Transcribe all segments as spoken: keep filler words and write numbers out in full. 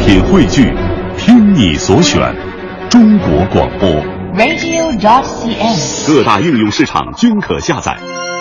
品汇聚，听你所选，中国广播 radio dot c n， 各大应用市场均可下载。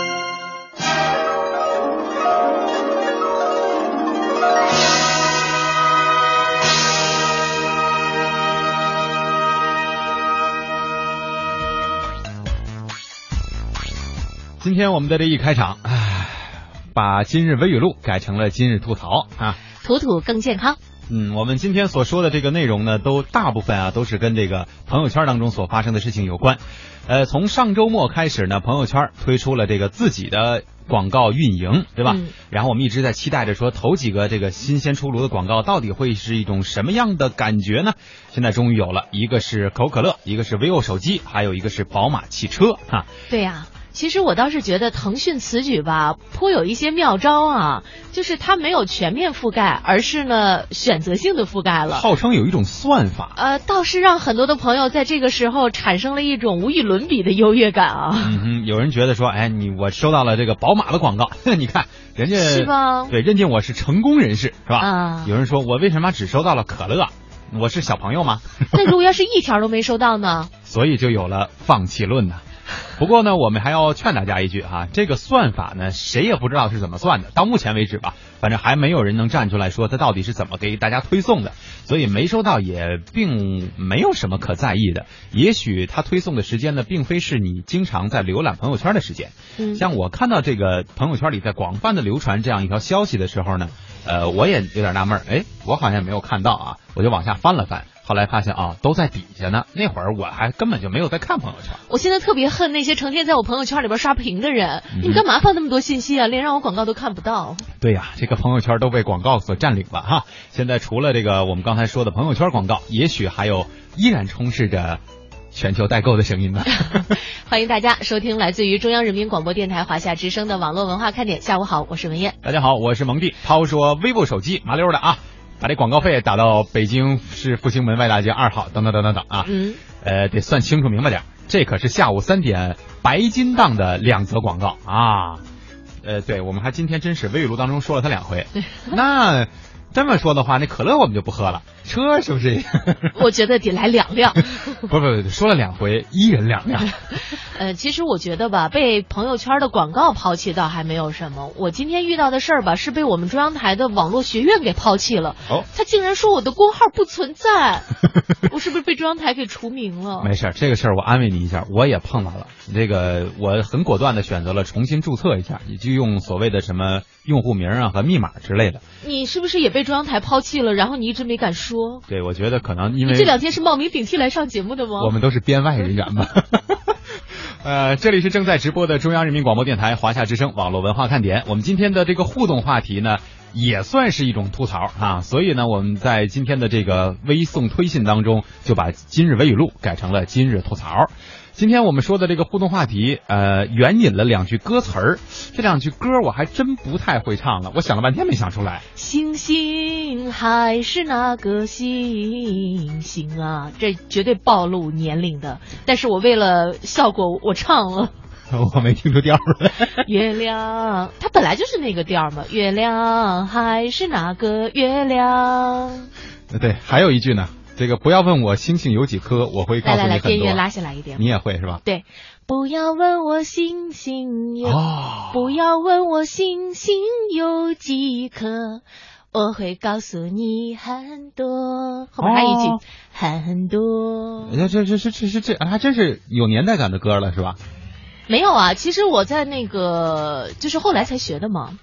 今天我们的这一开场，唉，把今日微语录改成了今日吐槽啊， 吐吐更健康。 嗯，我们今天所说的这个内容呢，都大部分啊都是跟这个朋友圈当中所发生的事情有关。呃，从上周末开始呢，朋友圈推出了这个自己的广告运营，对吧？嗯、然后我们一直在期待着说，头几个这个新鲜出炉的广告到底会是一种什么样的感觉呢？现在终于有了，一个是可口可乐，一个是 vivo 手机，还有一个是宝马汽车哈。 对呀、啊。其实我倒是觉得腾讯此举吧，颇有一些妙招啊，就是它没有全面覆盖，而是呢选择性的覆盖了， 号称有一种算法， 呃，倒是让很多的朋友在这个时候产生了一种无与伦比的优越感啊。 嗯哼，有人觉得说，哎，你我收到了这个宝马的广告，你看人家是吧？ 对，认定我是成功人士，是吧？ 啊， 有人说我为什么只收到了可乐？我是小朋友吗？ 那如果要是一条都没收到呢？ 所以就有了放弃论呢。不过呢，我们还要劝大家一句啊，这个算法呢，谁也不知道是怎么算的。到目前为止吧，反正还没有人能站出来说它到底是怎么给大家推送的。所以没收到也并没有什么可在意的。也许它推送的时间呢，并非是你经常在浏览朋友圈的时间。 嗯， 像我看到这个朋友圈里在广泛的流传这样一条消息的时候呢，呃，我也有点纳闷，哎，我好像没有看到啊，我就往下翻了翻。后来发现啊，都在底下呢。那会儿我还根本就没有在看朋友圈。 我现在特别恨那些成天在我朋友圈里边刷屏的人，嗯、你干嘛发那么多信息啊？连让我广告都看不到。 对呀、啊，这个朋友圈都被广告所占领了哈。现在除了这个我们刚才说的朋友圈广告，也许还有依然充斥着全球代购的声音呢。 欢迎大家收听来自于中央人民广播电台华夏之声的网络文化看点。下午好，我是文燕。 大家好，我是蒙蒂。抛说 vivo 手机麻溜的啊。把这广告费打到北京市复兴门外大街二号，等等等等等啊， 嗯， 呃，得算清楚明白点，这可是下午三点白金档的两则广告啊，呃，对，我们还今天真是微语录当中说了它两回，那这么说的话，那可乐我们就不喝了，车是不是？ 我觉得得来两辆。 不不不，说了两回，一人两辆。 呃，其实我觉得吧，被朋友圈的广告抛弃倒还没有什么。我今天遇到的事儿吧，是被我们中央台的网络学院给抛弃了。 哦， 他竟然说我的公号不存在，我是不是被中央台给除名了？ 没事，这个事儿我安慰你一下，我也碰到了。这个我很果断的选择了重新注册一下，也就用所谓的什么用户名啊和密码之类的。 你是不是也被中央台抛弃了？然后你一直没敢说？ 对，我觉得可能因为你这两天是冒名顶替来上节目的吗？ 我们都是编外人员嘛。呃，这里是正在直播的中央人民广播电台华夏之声网络文化看点。我们今天的这个互动话题呢，也算是一种吐槽啊，所以呢，我们在今天的这个微送推信当中，就把今日微语录改成了今日吐槽。今天我们说的这个互动话题，呃，援引了两句歌词儿，这两句歌我还真不太会唱了，我想了半天没想出来。 星星还是那个星星啊，这绝对暴露年龄的，但是我为了效果我唱了。 我没听出调来。 月亮，它本来就是那个调嘛，月亮还是那个月亮。 对，还有一句呢。这个不要问我星星有几颗，我会告诉你很多。来来来， 电乐拉下来一点。 你也会是吧？ 对，不要问我星星有， 哦、 不要问我星星有几颗，我会告诉你很多。后面还有一句、哦、很多。 这这这这这这还真是有年代感的歌了，是吧？ 没有啊，其实我在那个就是后来才学的嘛。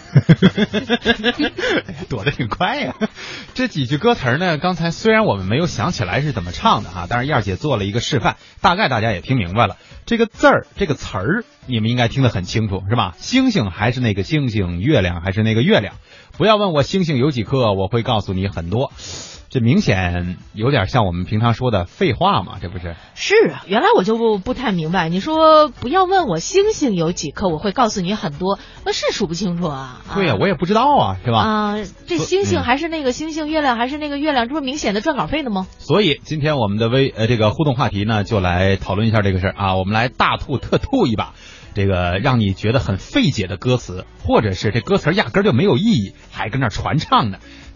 躲得挺快呀、啊！这几句歌词呢，刚才虽然我们没有想起来是怎么唱的哈，但是燕儿姐做了一个示范，大概大家也听明白了。这个字儿，这个词儿，你们应该听得很清楚，是吧？星星还是那个星星，月亮还是那个月亮。不要问我星星有几颗，我会告诉你很多。这明显有点像我们平常说的废话嘛，这不是？ 是啊，原来我就不不太明白。你说不要问我星星有几颗，我会告诉你很多，那是数不清楚啊。 对呀、啊，我也不知道啊，是吧？ 啊，这星星还是那个星星，月亮还是那个月亮，这不是明显的赚稿费的吗？ 所以今天我们的微呃这个互动话题呢，就来讨论一下这个事儿啊，我们来大吐特吐一把。这个让你觉得很费解的歌词，或者是这歌词压根儿就没有意义，还跟那传唱呢。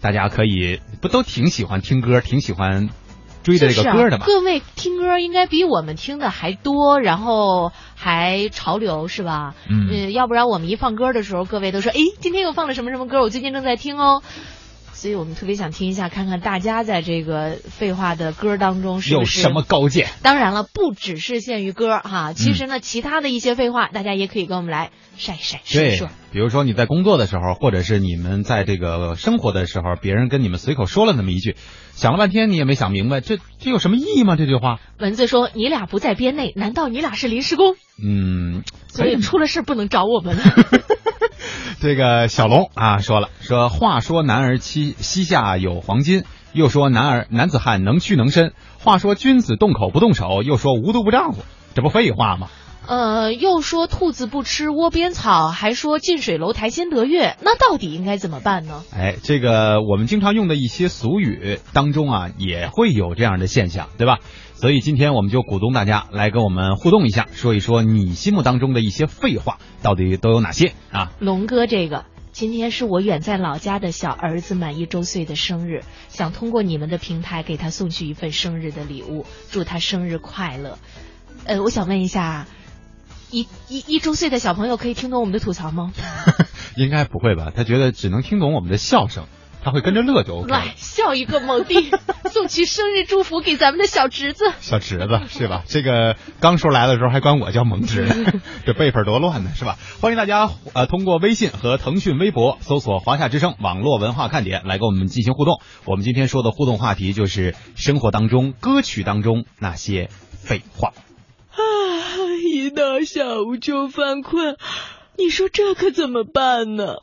大家可以不都挺喜欢听歌，挺喜欢追的这个歌的吧？ 就是啊、各位听歌应该比我们听的还多，然后还潮流是吧？ 嗯、 呃，要不然我们一放歌的时候，各位都说，哎，今天又放了什么什么歌，我最近正在听哦。所以我们特别想听一下，看看大家在这个废话的歌当中是不是有什么高见。 当然了，不只是限于歌哈，其实呢、嗯、其他的一些废话大家也可以跟我们来晒晒说一说。 比如说你在工作的时候，或者是你们在这个生活的时候，别人跟你们随口说了那么一句，想了半天你也没想明白，这这有什么意义吗？这句话。 蚊子说，你俩不在编内，难道你俩是临时工？ 嗯， 所以出了事不能找我们。 这个小龙啊说了，说话说男儿膝膝下有黄金，又说男儿男子汉能屈能伸，话说君子动口不动手，又说无毒不丈夫，这不废话吗？ 呃，又说兔子不吃窝边草，还说近水楼台先得月，那到底应该怎么办呢？ 哎，这个我们经常用的一些俗语当中啊，也会有这样的现象，对吧？所以今天我们就鼓动大家来跟我们互动一下，说一说你心目当中的一些废话到底都有哪些啊？ 龙哥，这个今天是我远在老家的小儿子满一周岁的生日，想通过你们的平台给他送去一份生日的礼物，祝他生日快乐。呃，我想问一下，一一一周岁的小朋友可以听懂我们的吐槽吗？ 应该不会吧？他觉得只能听懂我们的笑声，他会跟着乐就 OK。 来，笑一个猛地，送去生日祝福给咱们的小侄子。 小侄子是吧？这个刚说来的时候还管我叫萌侄，这辈分多乱呢，是吧？欢迎大家呃通过微信和腾讯微博搜索华夏之声网络文化看点来跟我们进行互动。我们今天说的互动话题就是生活当中歌曲当中那些废话。 啊，一到下午就犯困，你说这可怎么办呢？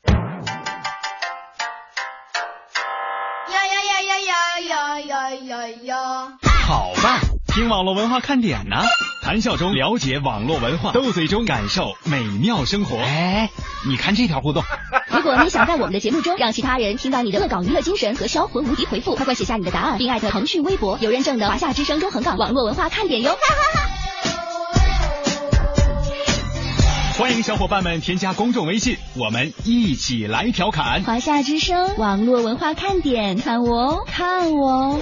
呀呀呀呀呀呀呀呀！ 好办，听网络文化看点呢，谈笑中了解网络文化，斗嘴中感受美妙生活。 哎，你看这条互动。 如果你想在我们的节目中让其他人听到你的恶搞娱乐精神和销魂无敌回复，快快写下你的答案，并艾特腾讯微博有认证的华夏之声中横岗网络文化看点哟。 欢迎小伙伴们添加公众微信，我们一起来调侃华夏之声网络文化看点，看我哦，看我哦。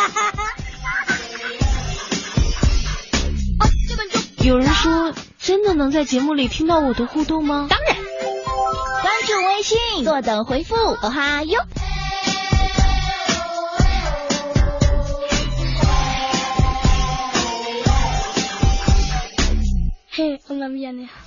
有人说，真的能在节目里听到我的互动吗？ 当然，关注微信，坐等回复，哦哈哟。 嘿，我那边呢？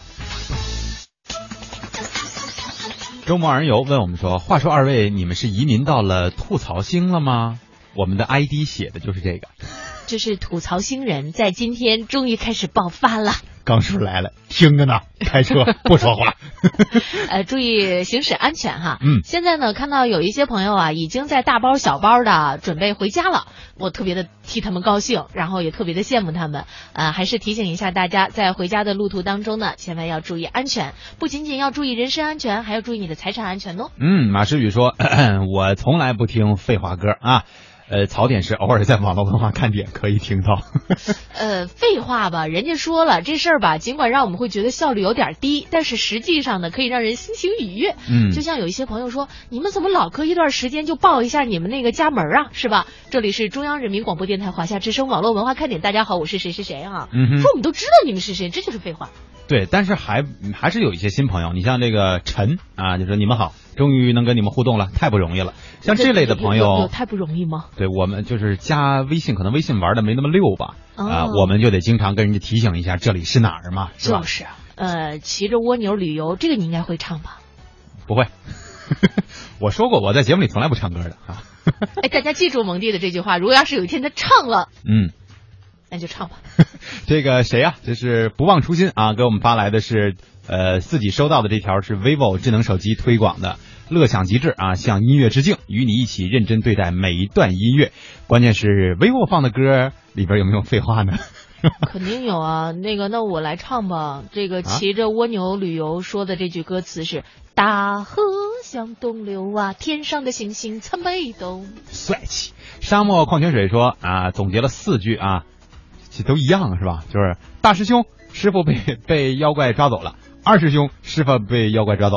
周末二人游问我们说，话说二位你们是移民到了吐槽星了吗？我们的 I D 写的就是这个， 这是吐槽星人在今天终于开始爆发了。 刚叔来了，听着呢，开车不说话。 呃，注意行驶安全哈。 嗯， 现在呢，看到有一些朋友啊，已经在大包小包的准备回家了，我特别的替他们高兴，然后也特别的羡慕他们。呃，还是提醒一下大家，在回家的路途当中呢，千万要注意安全，不仅仅要注意人身安全，还要注意你的财产安全哦。 嗯，马诗雨说，咳咳我从来不听废话歌啊。呃，槽点是偶尔在网络文化看点可以听到。 呃，废话吧，人家说了这事儿吧，尽管让我们会觉得效率有点低，但是实际上呢，可以让人心情愉悦。 嗯， 就像有一些朋友说，你们怎么老隔一段时间就报一下你们那个家门啊，是吧？这里是中央人民广播电台华夏之声网络文化看点，大家好，我是谁谁谁啊。 嗯哼， 说我们都知道你们是谁，这就是废话。 对，但是还还是有一些新朋友，你像这个陈啊，就说你们好，终于能跟你们互动了，太不容易了。像这类的朋友， 有有有太不容易吗？ 对，我们就是加微信，可能微信玩的没那么溜吧，啊、 哦呃，我们就得经常跟人家提醒一下这里是哪儿嘛，是吧？ 就是，呃，骑着蜗牛旅游，这个你应该会唱吧？ 不会，我说过我在节目里从来不唱歌的啊。 哎，大家记住蒙蒂的这句话，如果要是有一天他唱了， 嗯。 那就唱吧。 这个谁呀、啊？这是不忘初心啊，给我们发来的是呃自己收到的这条是 vivo 智能手机推广的乐享极致啊，向音乐致敬，与你一起认真对待每一段音乐。关键是 vivo 放的歌里边有没有废话呢？ 肯定有啊，那个那我来唱吧。这个骑着蜗牛旅游说的这句歌词是、啊、大河向东流啊，天上的星星参北斗。 帅气。沙漠矿泉水说啊，总结了四句啊，这都一样是吧？就是大师兄师傅被被妖怪抓走了，二师兄师傅被妖怪抓走了，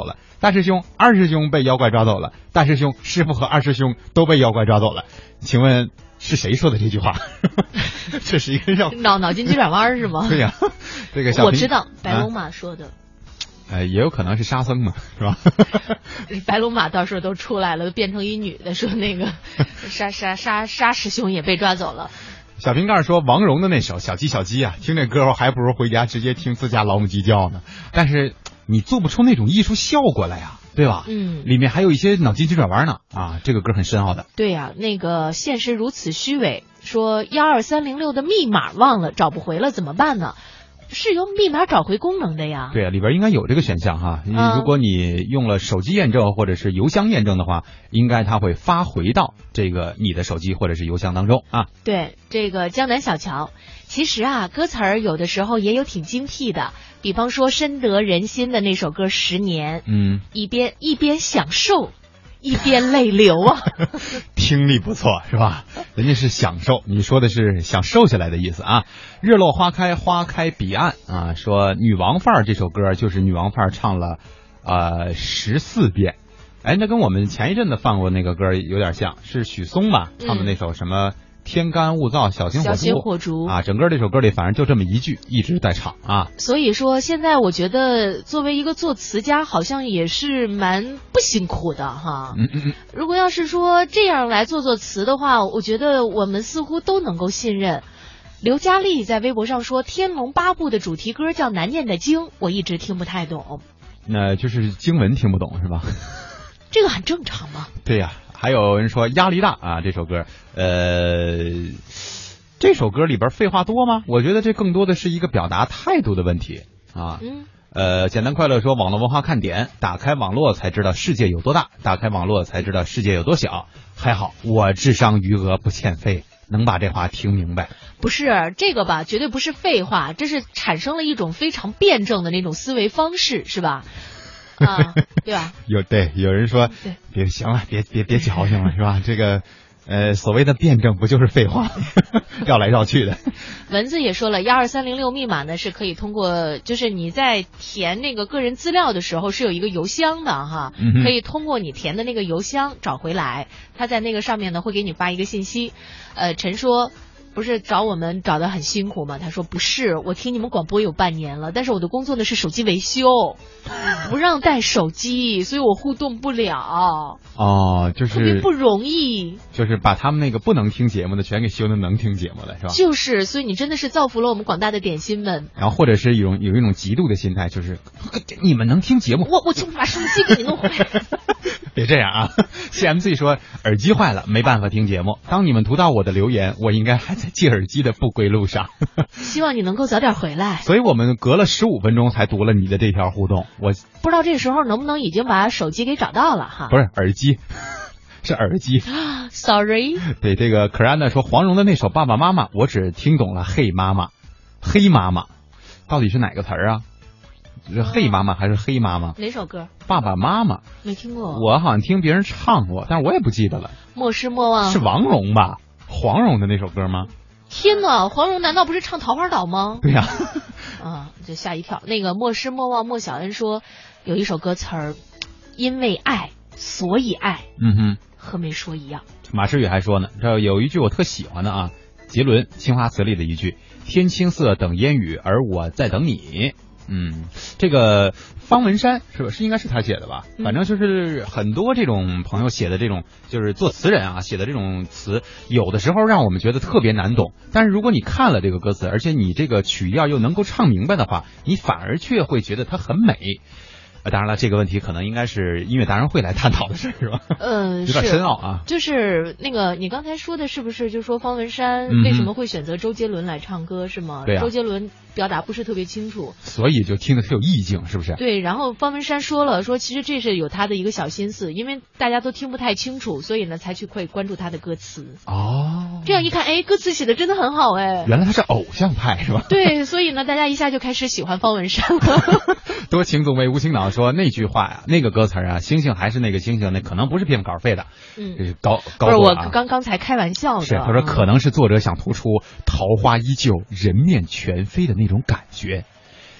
大师兄、二师兄被妖怪抓走了，大师兄、师傅和二师兄都被妖怪抓走了。请问是谁说的这句话？这是一个让脑脑筋急转弯是吗？ 对呀、啊，这个小我知道白龙马说的。 呃、啊，也有可能是沙僧嘛，是吧？ 白龙马到时候都出来了，变成一女的，说那个沙沙沙沙师兄也被抓走了。 小瓶盖说王蓉的那首小鸡小鸡啊，听这歌我还不如回家直接听自家老母鸡叫呢。但是你做不出那种艺术效果来呀，对吧？ 嗯， 里面还有一些脑筋急转弯呢啊，这个歌很深奥的。 对呀、啊，那个现实如此虚伪，说幺二三零六的密码忘了，找不回了怎么办呢？是有密码找回功能的呀。 对啊，里边应该有这个选项哈。 嗯、 如果你用了手机验证或者是邮箱验证的话，应该它会发回到这个你的手机或者是邮箱当中啊。 对，这个江南小乔，其实啊，歌词儿有的时候也有挺精辟的，比方说深得人心的那首歌《十年》， 嗯， 一边一边享受。一边泪流啊， 听力不错是吧？人家是享受，你说的是想瘦下来的意思啊。日落花开花开彼岸啊，说女王范儿这首歌就是女王范儿唱了呃十四遍，哎，那跟我们前一阵子放过那个歌有点像，是许嵩吧唱的那首什么。嗯天干物燥，小心火烛。小心火烛啊，整个这首歌里反正就这么一句一直在唱啊。 所以说，现在我觉得作为一个作词家，好像也是蛮不辛苦的哈。 嗯嗯嗯。 如果要是说这样来做作词的话，我觉得我们似乎都能够信任。刘嘉丽在微博上说，《天龙八部》的主题歌叫《难念的经》，我一直听不太懂。 那就是经文听不懂是吧？ 这个很正常嘛。 对呀、啊。还有人说压力大啊，这首歌，呃，这首歌里边废话多吗？我觉得这更多的是一个表达态度的问题啊。 嗯。 呃，简单快乐说网络文化看点，打开网络才知道世界有多大，打开网络才知道世界有多小。还好我智商余额不欠费，能把这话听明白。 不是这个吧，绝对不是废话，这是产生了一种非常辩证的那种思维方式，是吧？啊，对吧？ 有对有人说， 对， 别行了，别别别矫情了，是吧？这个，呃，所谓的辩证不就是废话，绕来绕去的。 蚊子也说了，幺二三零六密码呢是可以通过，就是你在填那个个人资料的时候是有一个邮箱的哈， 嗯、 可以通过你填的那个邮箱找回来，他在那个上面呢会给你发一个信息。呃，陈说。不是找我们找得很辛苦吗？他说不是，我听你们广播有半年了，但是我的工作呢是手机维修，不让带手机，所以我互动不了。 哦，就是特别不容易， 就是把他们那个不能听节目的全给修的能听节目了，是吧？ 就是，所以你真的是造福了我们广大的点心们。 然后或者是一种有一种嫉妒的心态，就是你们能听节目， 我我就把收音机给你弄回来。 别这样啊 ！C M C 说耳机坏了，没办法听节目。当你们读到我的留言，我应该还在借耳机的不归路上。 希望你能够早点回来。 所以我们隔了十五分钟才读了你的这条互动。我不知道这时候能不能已经把手机给找到了哈？ 不是耳机，是耳机。 Sorry。 对，这个可安呢说黄蓉的那首《爸爸妈妈》，我只听懂了“嘿妈妈”，黑妈妈，到底是哪个词儿啊？是黑妈妈还是黑妈妈？ 哪首歌？ 爸爸妈妈。 没听过。 我好像听别人唱过，但是我也不记得了。 莫失莫忘。 是王蓉吧？黄蓉的那首歌吗？ 天哪，黄蓉难道不是唱《桃花岛》吗？ 对呀、 啊。啊，就吓一跳。那个莫失莫忘，莫小恩说有一首歌词儿，因为爱所以爱。 嗯哼， 和没说一样。 马诗雨还说呢，这有一句我特喜欢的啊，杰伦《青花瓷》里的一句：“天青色等烟雨，而我在等你。”嗯，这个方文山是吧？是应该是他写的吧？反正就是很多这种朋友写的这种，就是作词人啊写的这种词，有的时候让我们觉得特别难懂。但是如果你看了这个歌词，而且你这个曲调又能够唱明白的话，你反而却会觉得它很美。呃，当然了，这个问题可能应该是音乐达人会来探讨的事，是吧？ 嗯， 有点深奥啊。 就是那个，你刚才说的是不是就说方文山为什么会选择周杰伦来唱歌，是吗？ 对啊。 周杰伦表达不是特别清楚， 所以就听得特有意境，是不是？ 对。然后方文山说了，说其实这是有他的一个小心思，因为大家都听不太清楚，所以呢才去会关注他的歌词。 哦。 这样一看，哎，歌词写的真的很好，哎。 原来他是偶像派，是吧？ 对，所以呢，大家一下就开始喜欢方文山了。 多情总为无情恼说那句话呀，那个歌词啊，星星还是那个星星，那可能不是骗稿费的， 嗯， 这是高高、啊。 不是我刚刚才开玩笑的。 是他说可能是作者想突出桃花依旧，人面全非的那种感觉。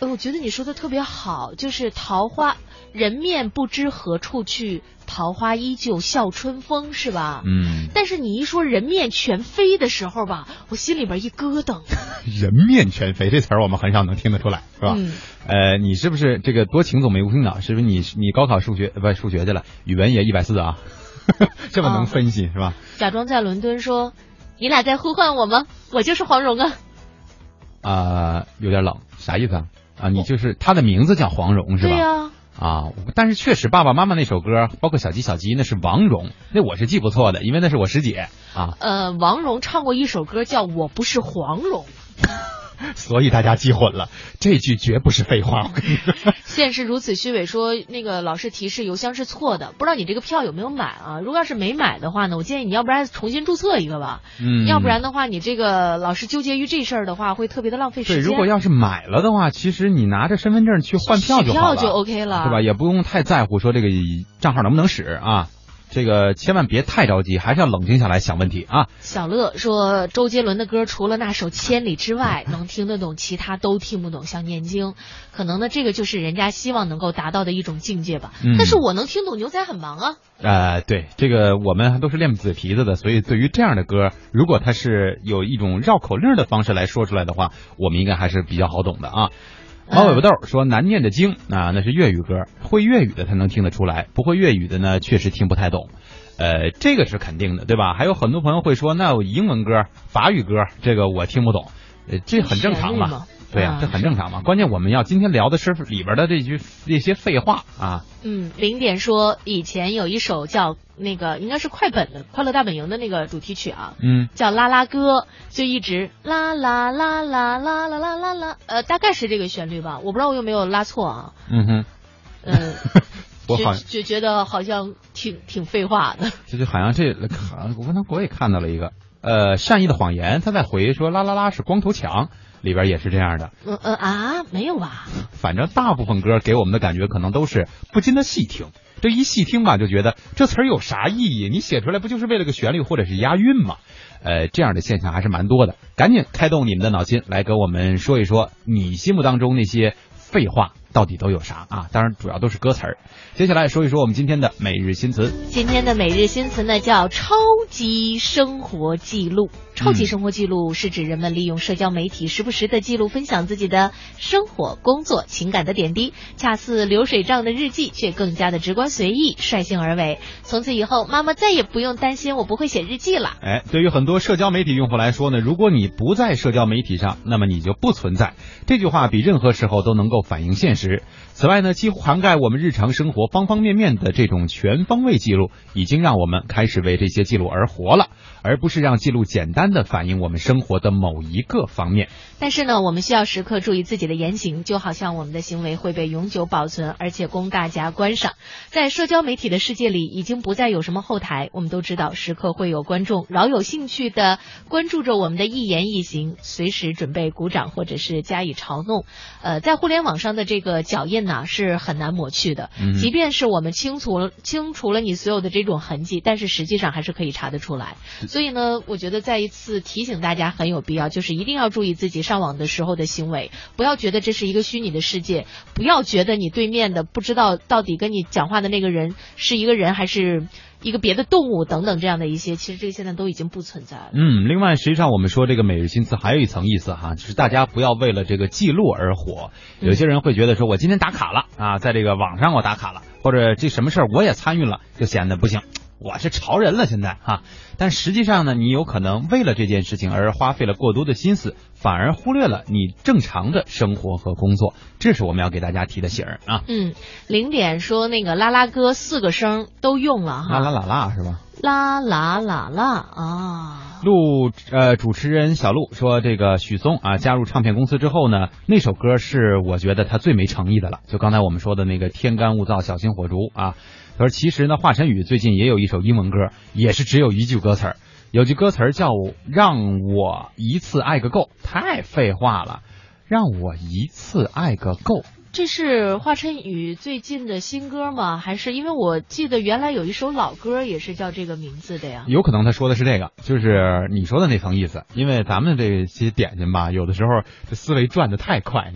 呃，我觉得你说的特别好，就是桃花人面不知何处去，桃花依旧笑春风，是吧？ 嗯。 但是你一说人面全非的时候吧，我心里边一咯噔。 人面全非这词儿我们很少能听得出来，是吧？ 嗯。 呃，你是不是这个多情总没无情脑？是不是你你高考数学不数学去了，语文也一百四啊？这么能分析、哦、是吧？ 假装在伦敦说，你俩在呼唤我吗？我就是黄蓉啊。 啊、呃，有点冷，啥意思啊？啊，你就是他的名字叫黄蓉是吧？ 对呀、 啊。啊，但是确实爸爸妈妈那首歌，包括小鸡小鸡，那是王蓉，那我是记不错的，因为那是我师姐啊。 呃，王蓉唱过一首歌叫《我不是黄蓉》。 所以大家记混了，这句绝不是废话。 现实如此虚伪说，那个老师提示邮箱是错的，不知道你这个票有没有买啊？如果要是没买的话呢，我建议你要不然重新注册一个吧。嗯，要不然的话，你这个老师纠结于这事儿的话，会特别的浪费时间。 对，如果要是买了的话，其实你拿着身份证去换票就好了， 取票就 OK 了， 对吧？也不用太在乎说这个账号能不能使啊。这个千万别太着急，还是要冷静下来想问题啊。 小乐说，周杰伦的歌除了那首《千里之外》能听得懂，其他都听不懂，像念经。可能呢，这个就是人家希望能够达到的一种境界吧。嗯、但是我能听懂，牛仔很忙啊。 呃，对，这个我们都是练嘴皮子的，所以对于这样的歌，如果它是有一种绕口令的方式来说出来的话，我们应该还是比较好懂的啊。毛尾巴豆说难念的经啊，那是粤语歌，会粤语的才能听得出来，不会粤语的呢确实听不太懂。呃，这个是肯定的，对吧？还有很多朋友会说，那有英文歌、法语歌，这个我听不懂，呃，这很正常嘛。对呀、啊，这很正常嘛。关键我们要今天聊的是里边的这句这些废话啊。 嗯，零点说以前有一首叫那个应该是快本的《快乐大本营》的那个主题曲啊，嗯，叫啦啦歌，就一直啦啦啦啦啦啦啦啦啦，呃，大概是这个旋律吧，我不知道我有没有拉错啊。 嗯哼， 嗯。 我好就觉得好像挺挺废话的， 就就好像这，我刚才我也看到了一个，呃，善意的谎言，他在回说啦啦啦是光头强，里边也是这样的。 嗯嗯啊，没有吧？ 反正大部分歌给我们的感觉可能都是不禁的细听，这一细听吧，就觉得这词儿有啥意义？你写出来不就是为了个旋律或者是押韵吗？呃，这样的现象还是蛮多的。赶紧开动你们的脑筋，来跟我们说一说你心目当中那些废话到底都有啥啊？当然主要都是歌词儿。接下来说一说我们今天的每日新词。 今天的每日新词呢叫超级生活记录。超级生活记录是指人们利用社交媒体时不时的记录分享自己的生活、工作、情感的点滴，恰似流水账的日记，却更加的直观随意、率性而为。从此以后，妈妈再也不用担心我不会写日记了。 哎，对于很多社交媒体用户来说呢，如果你不在社交媒体上，那么你就不存在。这句话比任何时候都能够反映现实。此外呢，几乎涵盖我们日常生活方方面面的这种全方位记录，已经让我们开始为这些记录而活了，而不是让记录简单的反映我们生活的某一个方面。 但是呢，我们需要时刻注意自己的言行，就好像我们的行为会被永久保存，而且供大家观赏。在社交媒体的世界里，已经不再有什么后台，我们都知道时刻会有观众饶有兴趣的关注着我们的一言一行，随时准备鼓掌或者是加以嘲弄。呃，在互联网上的这个脚印呢是很难抹去的，嗯、即便是我们清除了清除了你所有的这种痕迹，但是实际上还是可以查得出来。所以呢，我觉得再一次提醒大家很有必要，就是一定要注意自己上网的时候的行为，不要觉得这是一个虚拟的世界，不要觉得你对面的不知道到底跟你讲话的那个人是一个人还是一个别的动物等等这样的一些，其实这个现在都已经不存在了。 嗯，另外实际上我们说这个每日新词还有一层意思哈，就是大家不要为了这个记录而活。有些人会觉得说我今天打卡了啊，在这个网上我打卡了，或者这什么事儿我也参与了，就显得不行，我是潮人了现在哈。但实际上呢，你有可能为了这件事情而花费了过多的心思，反而忽略了你正常的生活和工作，这是我们要给大家提的醒儿啊。 嗯，零点说那个啦啦歌四个声都用了哈， 啦啦啦啦是吧？ 啦啦啦啦啊！ 陆呃，主持人小陆说，这个许嵩啊加入唱片公司之后呢，那首歌是我觉得他最没诚意的了。就刚才我们说的那个天干物燥，小心火烛啊。他说其实呢，华晨宇最近也有一首英文歌，也是只有一句歌词儿，有句歌词儿叫让我一次爱个够，太废话了，让我一次爱个够。 这是华晨宇最近的新歌吗？还是因为我记得原来有一首老歌也是叫这个名字的呀？ 有可能他说的是这个，就是你说的那层意思。因为咱们这些点心吧，有的时候这思维转得太快，你知道，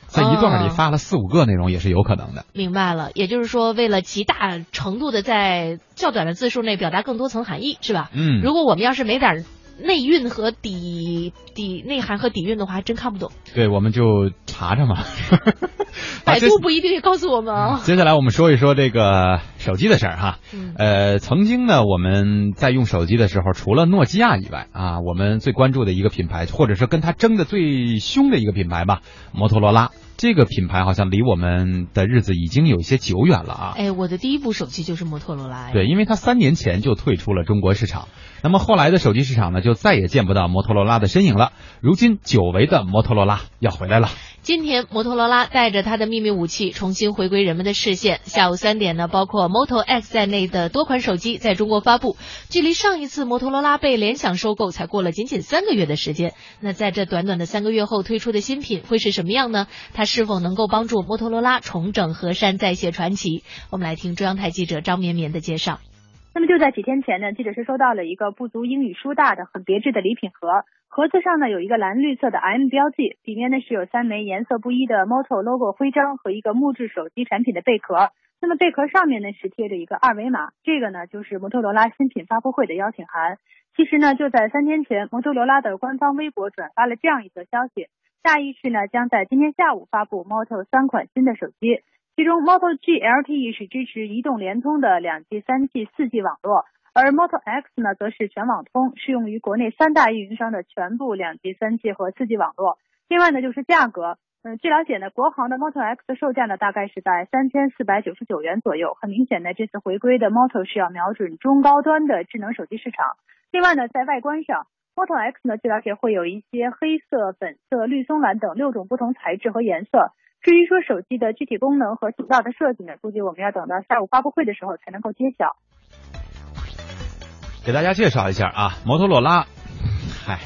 在一段里发了四五个内容也是有可能的。 哦、明白了，也就是说，为了极大程度的在较短的字数内表达更多层含义，是吧？ 嗯， 如果我们要是没点内蕴和底底内涵和底蕴的话，还真看不懂。 对，我们就查查嘛。 百度不一定告诉我们哦。 接下来我们说一说这个手机的事儿哈。嗯、呃，曾经呢，我们在用手机的时候，除了诺基亚以外啊，我们最关注的一个品牌，或者是跟它争的最凶的一个品牌吧，摩托罗拉。这个品牌好像离我们的日子已经有一些久远了啊！ 哎，我的第一部手机就是摩托罗拉。 对，因为它三年前就退出了中国市场，那么后来的手机市场呢，就再也见不到摩托罗拉的身影了。如今，久违的摩托罗拉要回来了。 今天，摩托罗拉带着它的秘密武器重新回归人们的视线。下午三点呢，包括 Moto X 在内的多款手机在中国发布。距离上一次摩托罗拉被联想收购才过了仅仅三个月的时间。那在这短短的三个月后推出的新品会是什么样呢？它是否能够帮助摩托罗拉重整河山再写传奇？我们来听中央台记者张绵绵的介绍。 那么就在几天前呢，记者是收到了一个不足英语书大的很别致的礼品盒，盒子上呢有一个蓝绿色的 M 标记，里面呢是有三枚颜色不一的 Moto logo 徽章和一个木质手机产品的贝壳。那么贝壳上面呢是贴着一个二维码，这个呢就是摩托罗拉新品发布会的邀请函。其实呢就在三天前，摩托罗拉的官方微博转发了这样一则消息，大意是呢将在今天下午发布 Moto 三款新的手机。其中 Moto G L T E 是支持移动联通的 两 G、三 G、四 G 网络，而 Moto X 呢则是全网通，适用于国内三大运营商的全部 两 G、三 G 和四 G 网络。另外呢就是价格，嗯，据了解呢，国行的 Moto X 的售价呢大概是在三千四百九十九元左右。很明显呢，这次回归的 Moto 是要瞄准中高端的智能手机市场。另外呢，在外观上，Moto X 呢据了解会有一些黑色、粉色、绿松蓝等六种不同材质和颜色。至于说手机的具体功能和主要的设计呢，估计我们要等到下午发布会的时候才能够揭晓。 给大家介绍一下啊，摩托罗拉，嗨，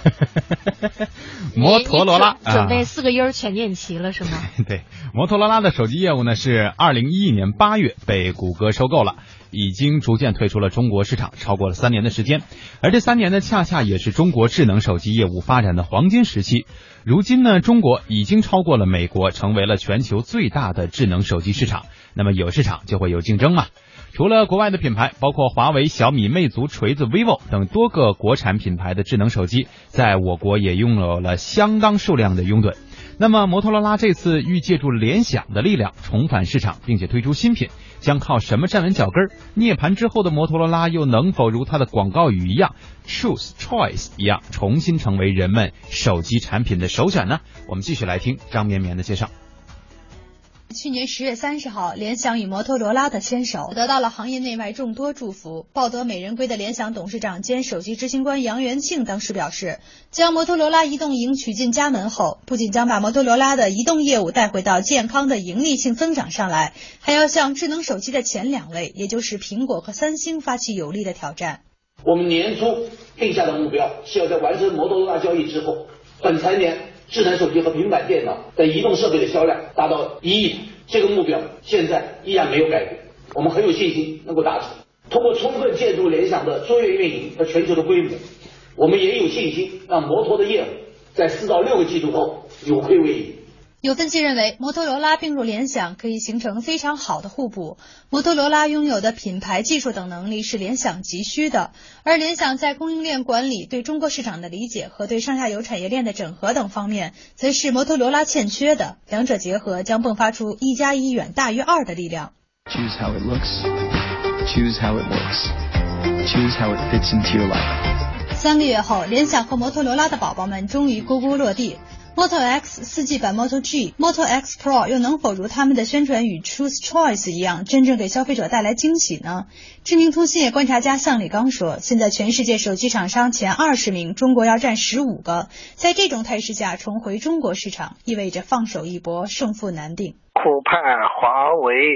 摩托罗拉准备四个音儿全念齐了是吗？ 对，摩托罗拉的手机业务呢是二零一一年八月被谷歌收购了，已经逐渐退出了中国市场，超过了三年的时间。而这三年呢，恰恰也是中国智能手机业务发展的黄金时期。如今呢，中国已经超过了美国，成为了全球最大的智能手机市场。那么有市场就会有竞争嘛。除了国外的品牌，包括华为、小米、魅族、锤子、vivo 等多个国产品牌的智能手机，在我国也拥有了相当数量的拥趸。那么摩托罗拉这次欲借助联想的力量重返市场，并且推出新品，将靠什么站稳脚跟？涅槃之后的摩托罗拉又能否如它的广告语一样 Choose Choice 一样，重新成为人们手机产品的首选呢？我们继续来听张绵绵的介绍。 去年十月三十号，联想与摩托罗拉的牵手得到了行业内外众多祝福。抱得美人归的联想董事长兼首席执行官杨元庆当时表示，将摩托罗拉移动营娶进家门后，不仅将把摩托罗拉的移动业务带回到健康的盈利性增长上来，还要向智能手机的前两位，也就是苹果和三星发起有力的挑战。 我们年初定下的目标是要在完成摩托罗拉交易之后，本财年智能手机和平板电脑等移动设备的销量达到一亿，这个目标现在依然没有改变，我们很有信心能够达成。通过充分借助联想的卓越运营和全球的规模，我们也有信心让摩托的业务在四到六个季度后扭亏为盈。 有分析认为，摩托罗拉并入联想可以形成非常好的互补。摩托罗拉拥有的品牌技术等能力是联想急需的，而联想在供应链管理、对中国市场的理解和对上下游产业链的整合等方面，则是摩托罗拉欠缺的。两者结合，将迸发出一加一远大于二的力量。 Choose how it looks. Choose how it works. Choose how it fits into your life. 三个月后，联想和摩托罗拉的宝宝们终于咕咕落地。Moto X 四 G 版 Moto G、Moto X Pro 又能否如他们的宣传语 Choose Choice 一样，真正给消费者带来惊喜呢？知名通信业观察家向立刚说，现在全世界手机厂商前二十名，中国要占十五个。在这种态势下重回中国市场，意味着放手一搏，胜负难定。 酷派、华为、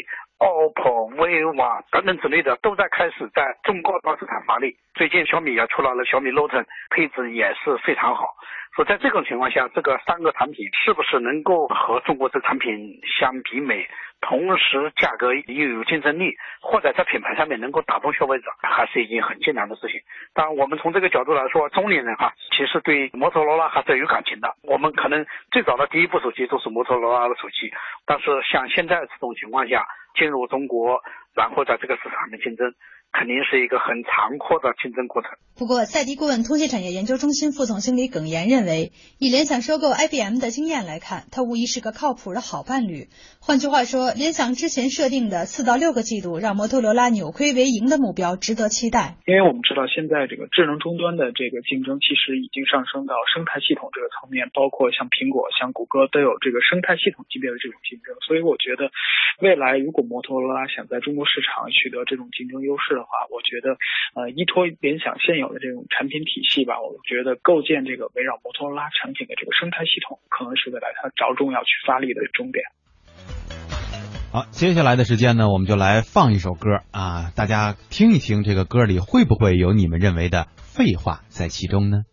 O P P O、vivo 等等之类的都在开始在中国大市场发力。最近小米也出来了小米 Note， 配置也是非常好。所以在这种情况下，这个三个产品是不是能够和中国这产品相媲美，同时价格又有竞争力，或者在品牌上面能够打动消费者，还是一件很艰难的事情。当然我们从这个角度来说，中年人哈，其实对摩托罗拉还是有感情的。我们可能最早的第一部手机都是摩托罗拉的手机，但是像现在这种情况下进入中国，然后在这个市场上面竞争，肯定是一个很残酷的竞争过程。 不过赛迪顾问通信产业研究中心副总经理耿岩认为，以联想收购 I B M 的经验来看，它无疑是个靠谱的好伴侣。换句话说，联想之前设定的四到六个季度让摩托罗拉扭亏为盈的目标值得期待。 因为我们知道现在这个智能终端的这个竞争其实已经上升到生态系统这个层面，包括像苹果像谷歌都有这个生态系统级别的这种竞争。所以我觉得未来如果摩托罗拉想在中国市场取得这种竞争优势的话，我觉得呃依托联想现有的这种产品体系吧，我觉得构建这个围绕摩托罗拉产品的这个生态系统可能是未来它着重要去发力的重点。 好，接下来的时间呢，我们就来放一首歌啊，大家听一听这个歌里会不会有你们认为的废话在其中呢？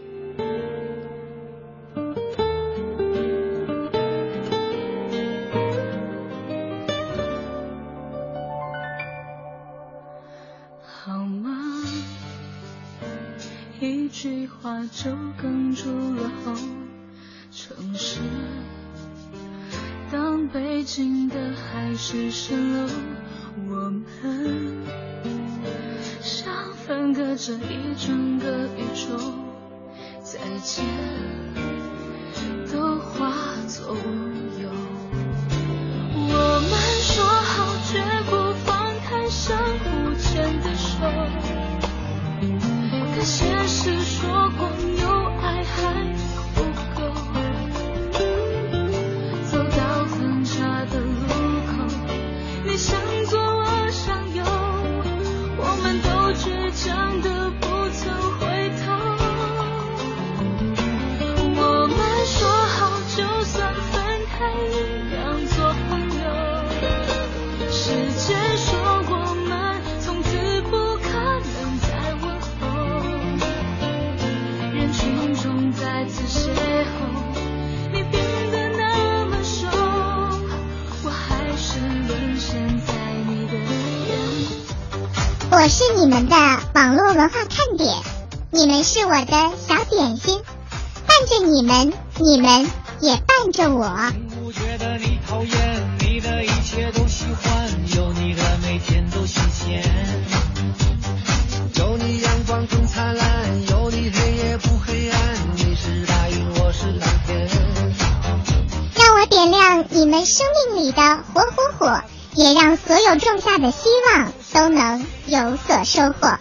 好吗？一句话就哽住了喉，城市当北京的海市蜃楼，我们像分隔着一整个宇宙，再见都化作无忧。我们说好绝不放开相互牵的手，可现实说光有爱还不够，走到分岔的路口，你向左我向右，我们都倔强的不曾回头。我们说好就算分开一样做朋友，时间说我们从此不可能再问候，人群中再次邂逅，你变得那么瘦，我还是沦陷在你的眼。 我是你们的网络文化看点，你们是我的小点心，伴着你们，你们也伴着我。 不觉得你讨厌，你的一切都喜欢，有你的每天都新鲜，有你阳光更灿烂，有你黑夜不黑暗，你是白云我是蓝天， 让我点亮你们生命里的火火火，也让所有种下的希望都能有所收获。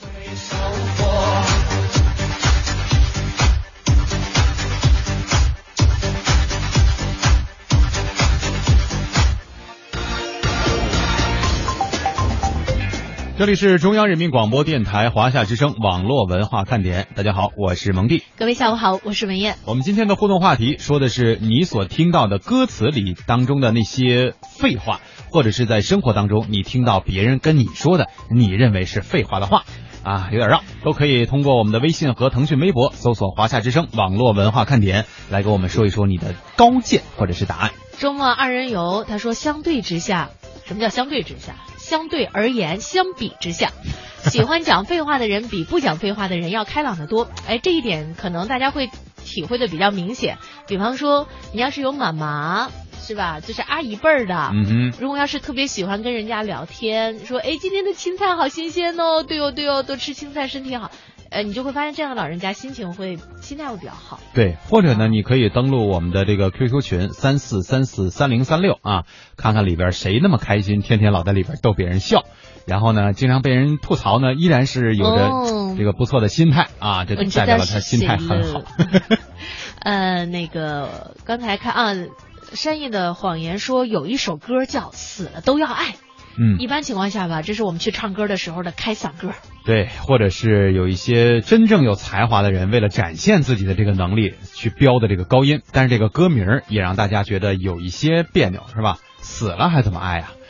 这里是中央人民广播电台华夏之声网络文化看点，大家好，我是蒙蒂。 各位下午好，我是文燕。 我们今天的互动话题说的是你所听到的歌词里当中的那些废话，或者是在生活当中你听到别人跟你说的你认为是废话的话啊，有点绕，都可以通过我们的微信和腾讯微博搜索华夏之声网络文化看点来给我们说一说你的高见或者是答案。 周末二人游，他说相对之下，什么叫相对之下？相对而言，相比之下，喜欢讲废话的人比不讲废话的人要开朗得多。哎，这一点可能大家会体会的比较明显。比方说，你要是有妈妈，是吧？就是阿姨辈儿的， 嗯哼， 如果要是特别喜欢跟人家聊天，说，哎，今天的青菜好新鲜哦，对哦对哦，多吃青菜身体好。呃，你就会发现这样的老人家心情会心态会比较好。 对，或者呢，你可以登录我们的这个 Q Q 群三四三四三零三六啊，看看里边谁那么开心，天天老在里边逗别人笑，然后呢，经常被人吐槽呢，依然是有着这个不错的心态、哦、啊，这代表了他心态很好。 呃，那个刚才看啊，山野的谎言说有一首歌叫《死了都要爱》。 嗯， 一般情况下吧，这是我们去唱歌的时候的开嗓歌。 对，或者是有一些真正有才华的人，为了展现自己的这个能力，去标的这个高音，但是这个歌名也让大家觉得有一些别扭，是吧？死了还怎么爱啊？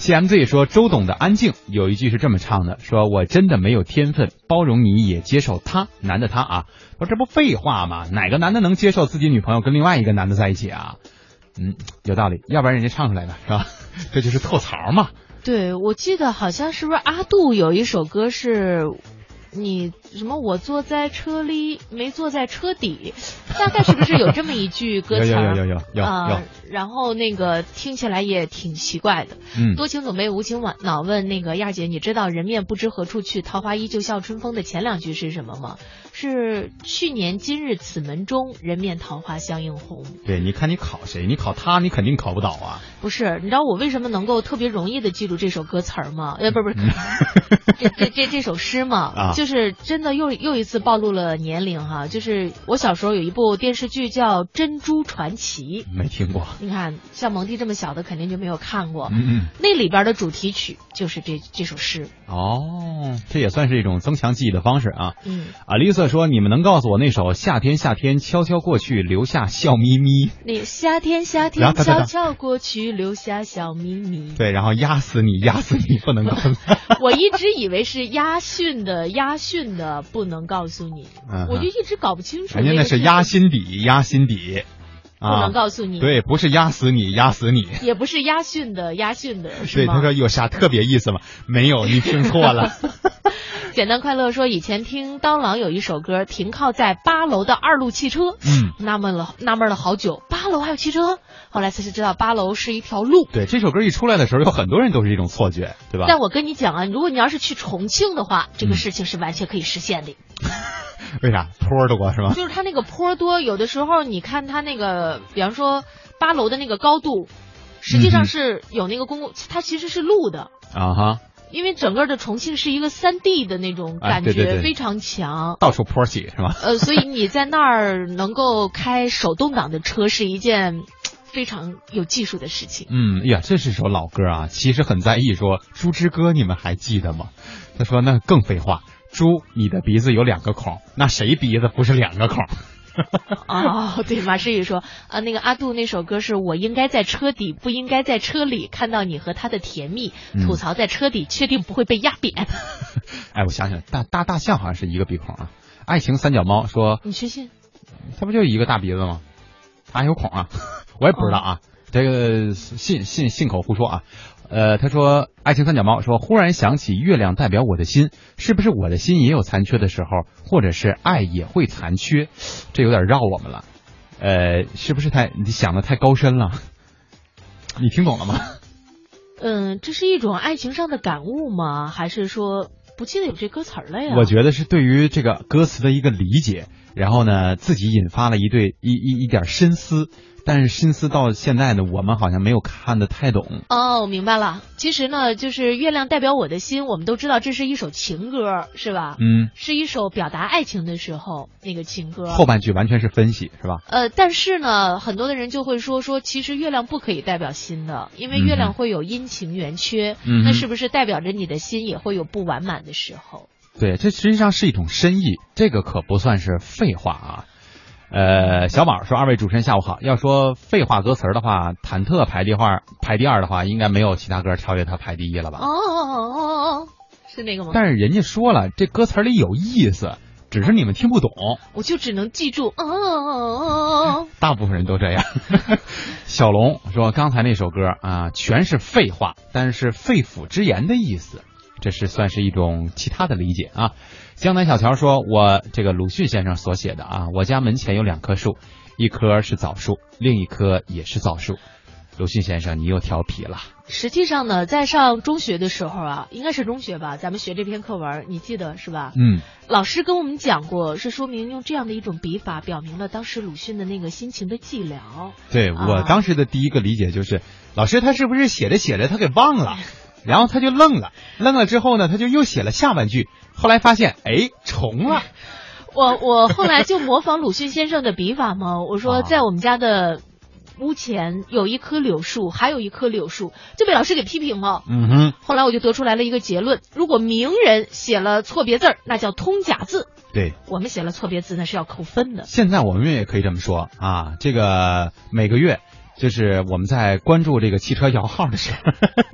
C M Z 说周董的安静有一句是这么唱的，说我真的没有天分，包容你也接受他，男的他啊，说这不废话吗？哪个男的能接受自己女朋友跟另外一个男的在一起啊？嗯，有道理，要不然人家唱出来的是吧？这就是吐槽嘛。 对，我记得好像是不是阿杜有一首歌是你什么我坐在车里没坐在车底，大概是不是有这么一句歌词？ 有有有有有啊、 有、 呃。然后那个听起来也挺奇怪的。 嗯。 多情总被无情恼问那个燕姐，你知道人面不知何处去，桃花依旧笑春风的前两句是什么吗？是去年今日此门中，人面桃花相映红。 对，你看你考谁？你考他，你肯定考不倒啊。 不是，你知道我为什么能够特别容易的记住这首歌词儿吗？呃，不不是，这这这这首诗嘛， 啊、 就是真的又又一次暴露了年龄哈。就是我小时候有一部电视剧叫《珍珠传奇》， 没听过。 你看，像蒙蒂这么小的肯定就没有看过。 嗯嗯。 那里边的主题曲就是这这首诗。 哦，这也算是一种增强记忆的方式啊。 嗯。 啊，丽瑟说，你们能告诉我那首《夏天夏天悄悄过去，留下笑眯眯》？ 那夏天夏天悄悄过去，留下笑眯眯。 对，然后压死你，压死你，不能告诉你。 我一直以为是压训的，压训的不能告诉你，嗯、我就一直搞不清楚。 人家那是压心底，压心底。 不能告诉你、 啊，对，不是压死你，压死你， 也不是压训的，压训的，是对，他说有啥特别意思吗？没有，你听错了。 简单快乐说，以前听刀郎有一首歌，停靠在八楼的二路汽车， 嗯， 纳闷了，纳闷了好久，八楼还有汽车，后来才是知道八楼是一条路。 对，这首歌一出来的时候，有很多人都是这种错觉，对吧？ 但我跟你讲啊，如果你要是去重庆的话，这个事情是完全可以实现的。 嗯为啥坡多是吧？ 就是它那个坡多，有的时候你看它那个，比方说八楼的那个高度，实际上是有那个公共，嗯、它其实是路的啊哈。 因为整个的重庆是一个三 D 的那种感觉， 啊、对对对非常强， 到处坡起是吧？ 呃，所以你在那儿能够开手动挡的车是一件非常有技术的事情。 嗯，呀，这是首老歌啊，其实很在意说《猪之歌》，你们还记得吗？他说那更废话。猪，你的鼻子有两个孔，那谁鼻子不是两个孔？ 哦，对，马诗雨说，啊，那个阿杜那首歌是我应该在车底，不应该在车里，看到你和他的甜蜜，吐槽在车底，确定不会被压扁。 哎，我想想，大大大象好像是一个鼻孔啊。爱情三脚猫说， 你确信？ 他不就一个大鼻子吗？他还有孔啊？我也不知道啊，哦、这个信信信口胡说啊。呃，他说，爱情三脚猫说，忽然想起月亮代表我的心，是不是我的心也有残缺的时候，或者是爱也会残缺？这有点绕我们了。呃，是不是太你想的太高深了？你听懂了吗？ 嗯，这是一种爱情上的感悟吗？还是说不记得有这歌词了呀？ 我觉得是对于这个歌词的一个理解，然后呢，自己引发了一对一一一点深思。但是心思到现在呢，我们好像没有看得太懂。 哦，我明白了。其实呢，就是月亮代表我的心，我们都知道这是一首情歌，是吧？ 嗯， 是一首表达爱情的时候那个情歌。 后半句完全是分析，是吧？ 呃，但是呢，很多的人就会说说，其实月亮不可以代表心的，因为月亮会有阴晴圆缺， 嗯、 那是不是代表着你的心也会有不完满的时候？ 对，这实际上是一种深意，这个可不算是废话啊。呃，小宝说，二位主持人下午好。要说废话歌词的话，忐忑排第二，排第二的话，应该没有其他歌超越他排第一了吧？ 哦哦哦哦，是那个吗？ 但是人家说了，这歌词里有意思，只是你们听不懂。 我就只能记住，哦哦哦。 大部分人都这样。小龙说，刚才那首歌啊，全是废话，但是肺腑之言的意思，这是算是一种其他的理解啊。江南小乔说，我这个鲁迅先生所写的啊，我家门前有两棵树，一棵是枣树，另一棵也是枣树。鲁迅先生，你又调皮了。 实际上呢，在上中学的时候啊，应该是中学吧，咱们学这篇课文，你记得是吧？ 嗯。 老师跟我们讲过，是说明用这样的一种笔法，表明了当时鲁迅的那个心情的寂寥。 对、啊、我当时的第一个理解就是，老师他是不是写着写着他给忘了？然后他就愣了，愣了之后呢，他就又写了下半句，后来发现，哎，重了。 我我后来就模仿鲁迅先生的笔法嘛，我说在我们家的屋前有一棵柳树，还有一棵柳树，就被老师给批评了。 嗯哼。 后来我就得出来了一个结论：如果名人写了错别字，那叫通假字。 对， 我们写了错别字，那是要扣分的。 现在我们也可以这么说啊，这个每个月。就是我们在关注这个汽车摇号的时候，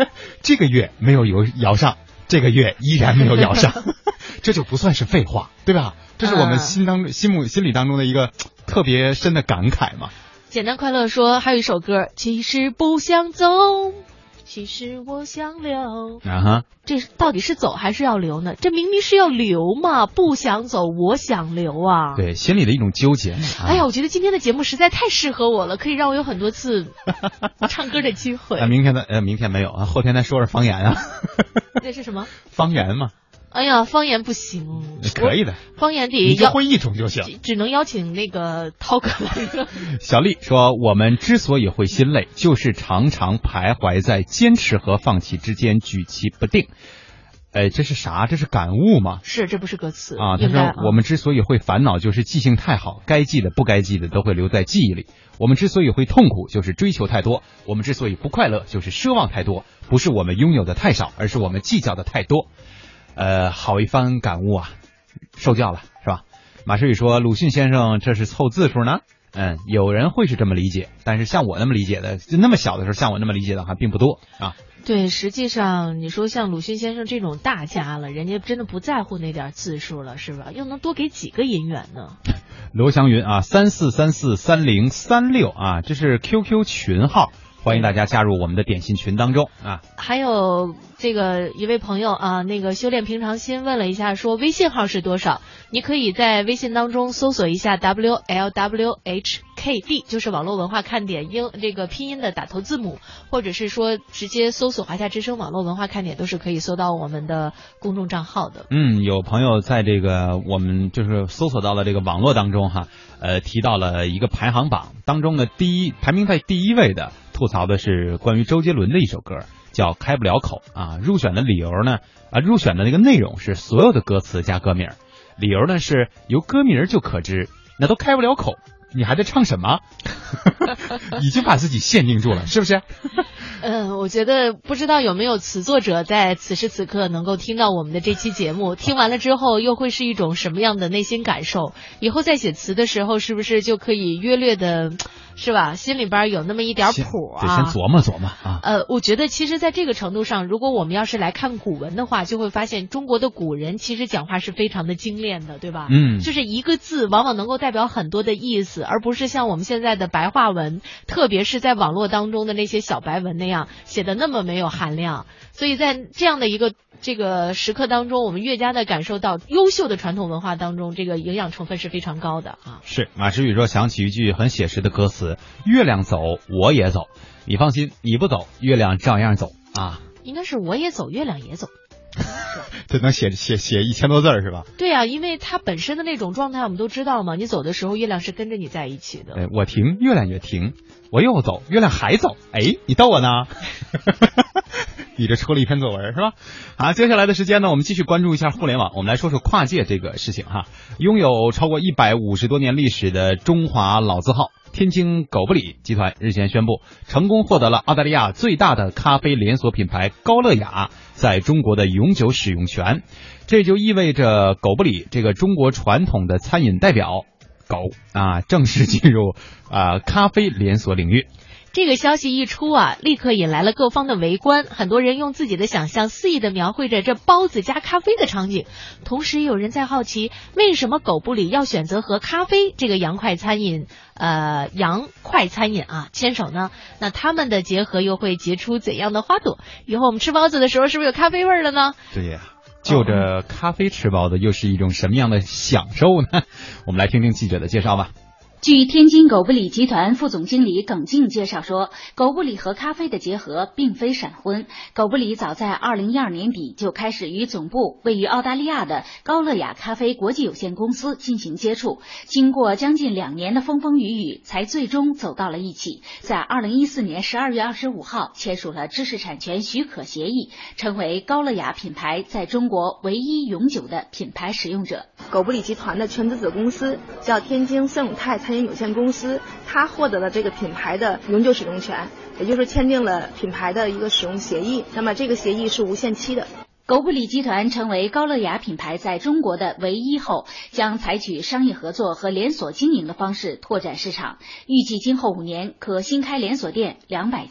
这个月没有摇摇上，这个月依然没有摇上，这就不算是废话，对吧？这是我们心当、心目、心里当中的一个特别深的感慨嘛。 简单快乐说，还有一首歌，其实不想走，其实我想留。 啊哈， 这到底是走还是要留呢？这明明是要留嘛，不想走，我想留啊。 对，心里的一种纠结。啊、 哎呀，我觉得今天的节目实在太适合我了，可以让我有很多次唱歌的机会。 啊，明天的呃，明天没有啊，后天再说说方言啊。 那是什么？ 方言嘛。 哎呀，方言不行， 可以的， 方言得你就会一种就行， 只, 只能邀请那个涛哥来。 小丽说，我们之所以会心累，就是常常徘徊在坚持和放弃之间，举棋不定。哎，这是啥？这是感悟吗？ 是，这不是歌词啊。他说，我们之所以会烦恼，就是记性太好，该记的不该记的都会留在记忆里。我们之所以会痛苦，就是追求太多；我们之所以不快乐，就是奢望太多。不是我们拥有的太少，而是我们计较的太多。呃，好一番感悟啊，受教了是吧？马世宇说，鲁迅先生这是凑字数呢。嗯，有人会是这么理解，但是像我那么理解的，就那么小的时候像我那么理解的还并不多啊。 对，实际上你说像鲁迅先生这种大家了，人家真的不在乎那点字数了，是吧？又能多给几个银元呢？ 罗祥云啊，三四三四三零三六啊，这是 Q Q 群号。欢迎大家加入我们的点心群当中啊！ 还有这个一位朋友啊，那个修炼平常心问了一下，说微信号是多少？你可以在微信当中搜索一下 W L W H K D， 就是网络文化看点英这个拼音的打头字母，或者是说直接搜索华夏之声网络文化看点，都是可以搜到我们的公众账号的。 嗯，有朋友在这个我们就是搜索到了这个网络当中哈，呃，提到了一个排行榜当中的第一排名在第一位的。吐槽的是关于周杰伦的一首歌，叫《开不了口》啊。入选的理由呢，啊，入选的那个内容是所有的歌词加歌名，理由呢是由歌名就可知，那都开不了口，你还在唱什么？已经把自己限定住了，是不是？ 嗯，我觉得不知道有没有词作者在此时此刻能够听到我们的这期节目，听完了之后又会是一种什么样的内心感受？以后在写词的时候，是不是就可以约略的，是吧？心里边有那么一点谱啊？ 对，先琢磨琢磨啊。 呃，我觉得其实在这个程度上，如果我们要是来看古文的话，就会发现中国的古人其实讲话是非常的精炼的，对吧？ 嗯， 就是一个字往往能够代表很多的意思，而不是像我们现在的白话文，特别是在网络当中的那些小白文那样写的那么没有含量。所以在这样的一个这个时刻当中，我们越加的感受到优秀的传统文化当中这个营养成分是非常高的啊。 是，马诗雨说想起一句很写实的歌词，月亮走我也走，你放心，你不走月亮照样走啊。 应该是我也走月亮也走。 这能写写写一千多字是吧？ 对啊，因为它本身的那种状态我们都知道嘛，你走的时候月亮是跟着你在一起的。 哎，我停月亮也停，我又走月亮还走，哎，你逗我呢？你这出了一篇作文是吧？好，接下来的时间呢，我们继续关注一下互联网，我们来说说跨界这个事情哈。拥有超过一百五十多年历史的中华老字号天津狗不理集团日前宣布，成功获得了澳大利亚最大的咖啡连锁品牌高乐雅在中国的永久使用权。这就意味着狗不理这个中国传统的餐饮代表狗啊，正式进入啊咖啡连锁领域。 这个消息一出啊，立刻引来了各方的围观，很多人用自己的想象肆意地描绘着这包子加咖啡的场景，同时也有人在好奇，为什么狗不理要选择和咖啡这个洋快餐饮呃洋快餐饮啊牵手呢？那他们的结合又会结出怎样的花朵？以后我们吃包子的时候是不是有咖啡味了呢？ 对呀，就着咖啡吃包子又是一种什么样的享受呢？我们来听听记者的介绍吧。 据天津狗不理集团副总经理耿静介绍说，狗不理和咖啡的结合并非闪婚。狗不理早在二零一二年底就开始与总部位于澳大利亚的高乐雅咖啡国际有限公司进行接触，经过将近两年的风风雨雨，才最终走到了一起。在二零一四年十二月二十五号签署了知识产权许可协议，成为高乐雅品牌在中国唯一永久的品牌使用者。 狗不理集团的全资子公司叫天津森永泰餐饮有限公司，它获得了这个品牌的永久使用权，也就是签订了品牌的一个使用协议。那么这个协议是无限期的。 狗不理集团成为高乐雅品牌在中国的唯一后，将采取商业合作和连锁经营的方式拓展市场，预计今后五年可新开连锁店两百家。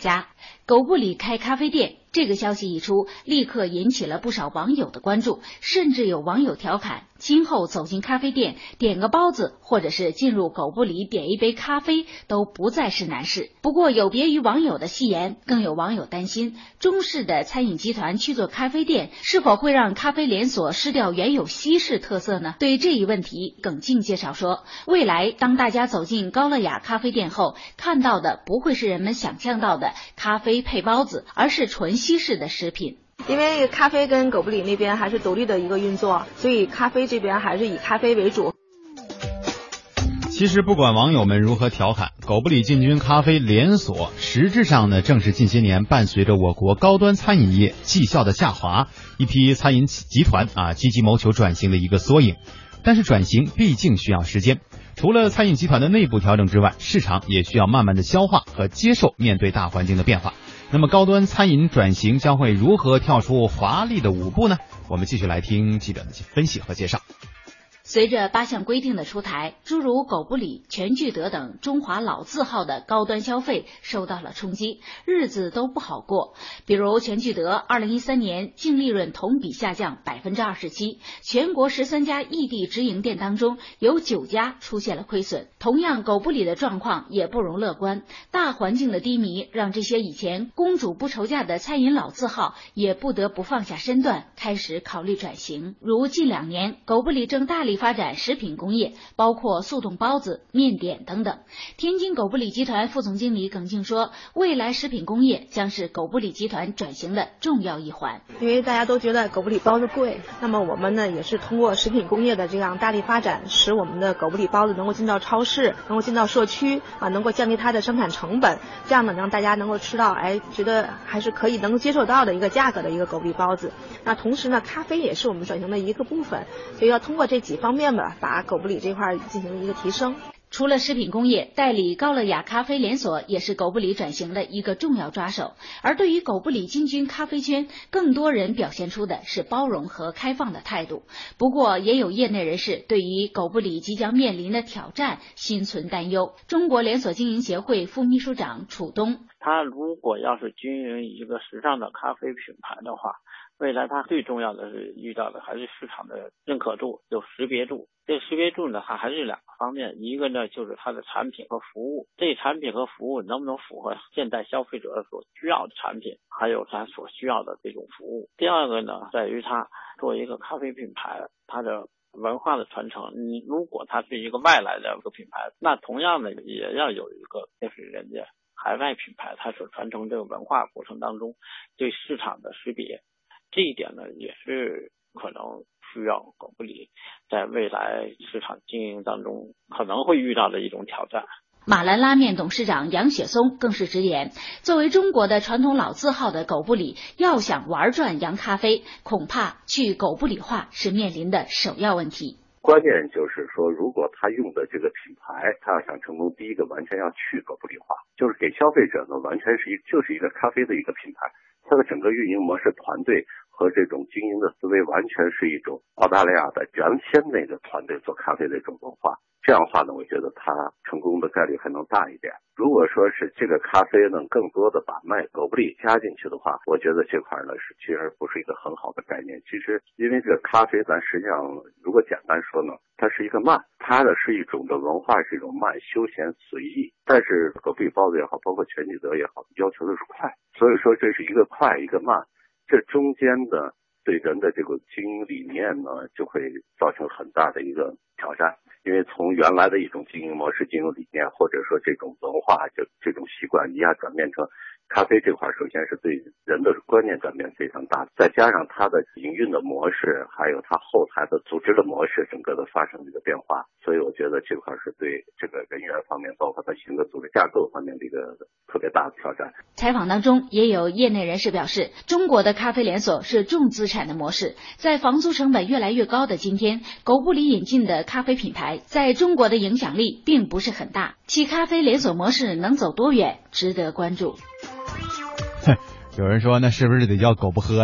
狗不理开咖啡店，这个消息一出，立刻引起了不少网友的关注，甚至有网友调侃，今后走进咖啡店点个包子，或者是进入狗不理点一杯咖啡，都不再是难事。不过有别于网友的戏言，更有网友担心，中式的餐饮集团去做咖啡店，是否会让咖啡连锁失掉原有西式特色呢？对于这一问题，耿静介绍说，未来当大家走进高乐雅咖啡店后，看到的不会是人们想象到的咖啡配包子，而是纯西式的食品。 因为咖啡跟狗不理那边还是独立的一个运作，所以咖啡这边还是以咖啡为主。 其实不管网友们如何调侃，狗不理进军咖啡连锁，实质上呢，正是近些年伴随着我国高端餐饮业绩效的下滑，一批餐饮集团啊积极谋求转型的一个缩影。但是转型毕竟需要时间，除了餐饮集团的内部调整之外，市场也需要慢慢的消化和接受面对大环境的变化。那么高端餐饮转型将会如何跳出华丽的舞步呢？我们继续来听记者的分析和介绍。 随着八项规定的出台，诸如狗不理、全聚德等中华老字号的高端消费受到了冲击，日子都不好过。比如全聚德二零一三年净利润同比下降百分之二十七，全国十三家异地直营店当中有九家出现了亏损。同样，狗不理的状况也不容乐观，大环境的低迷让这些以前公主不愁嫁的餐饮老字号也不得不放下身段，开始考虑转型。如近两年，狗不理正大力发展食品工业，包括速冻包子、面点等等。天津狗不理集团副总经理耿静说，未来食品工业将是狗不理集团转型的重要一环。 因为大家都觉得狗不理包子贵，那么我们呢也是通过食品工业的这样大力发展，使我们的狗不理包子能够进到超市，能够进到社区啊，能够降低它的生产成本，这样呢让大家能够吃到哎觉得还是可以能够接受到的一个价格的一个狗不理包子。那同时呢，咖啡也是我们转型的一个部分，所以要通过这几方面吧，把狗不理这块进行一个提升。 除了食品工业，代理高乐雅咖啡连锁也是狗不理转型的一个重要抓手。而对于狗不理进军咖啡圈，更多人表现出的是包容和开放的态度。不过，也有业内人士对于狗不理即将面临的挑战心存担忧。中国连锁经营协会副秘书长楚东， 他如果要是经营一个时尚的咖啡品牌的话，未来它最重要的是遇到的还是市场的认可度，有识别度。这识别度呢，它还是两个方面，一个呢就是它的产品和服务，这产品和服务能不能符合现代消费者所需要的产品，还有它所需要的这种服务。第二个呢，在于它作为一个咖啡品牌，它的文化的传承。你如果它是一个外来的一个品牌，那同样的也要有一个就是人家海外品牌它所传承这个文化过程当中对市场的识别。这一点呢，也是可能需要狗不理在未来市场经营当中可能会遇到的一种挑战。 马兰拉面董事长杨雪松更是直言，作为中国的传统老字号的狗不理，要想玩转洋咖啡，恐怕去狗不理化是面临的首要问题。 关键就是说，如果他用的这个品牌，他要想成功，第一个完全要去狗不理化，就是给消费者呢完全是一就是一个咖啡的一个品牌，它的整个运营模式、团队和这种经营的思维完全是一种澳大利亚的原先那个团队做咖啡的一种文化。这样的话呢，我觉得它成功的概率还能大一点。如果说是这个咖啡能更多的把卖狗不理加进去的话，我觉得这块呢是其实不是一个很好的概念。其实因为这个咖啡咱实际上如果简单说呢，它是一个慢，它的是一种的文化，是一种慢休闲随意。但是狗不理包子也好，包括全聚德也好，要求的是快，所以说这是一个快一个慢，这中间的对人的这个经营理念呢就会造成很大的一个挑战。因为从原来的一种经营模式、经营理念，或者说这种文化、就这种习惯，一下转变成咖啡这块，首先是对人的观念转变非常大，再加上它的营运的模式，还有它后台的组织的模式，整个的发生这个变化，所以我觉得这块是对这个人员方面，包括它整个组织架构方面的一个特别大的挑战。 采访当中也有业内人士表示，中国的咖啡连锁是重资产的模式，在房租成本越来越高的今天，狗不理引进的咖啡品牌在中国的影响力并不是很大，其咖啡连锁模式能走多远，值得关注。 有人说那是不是得叫狗不喝呀？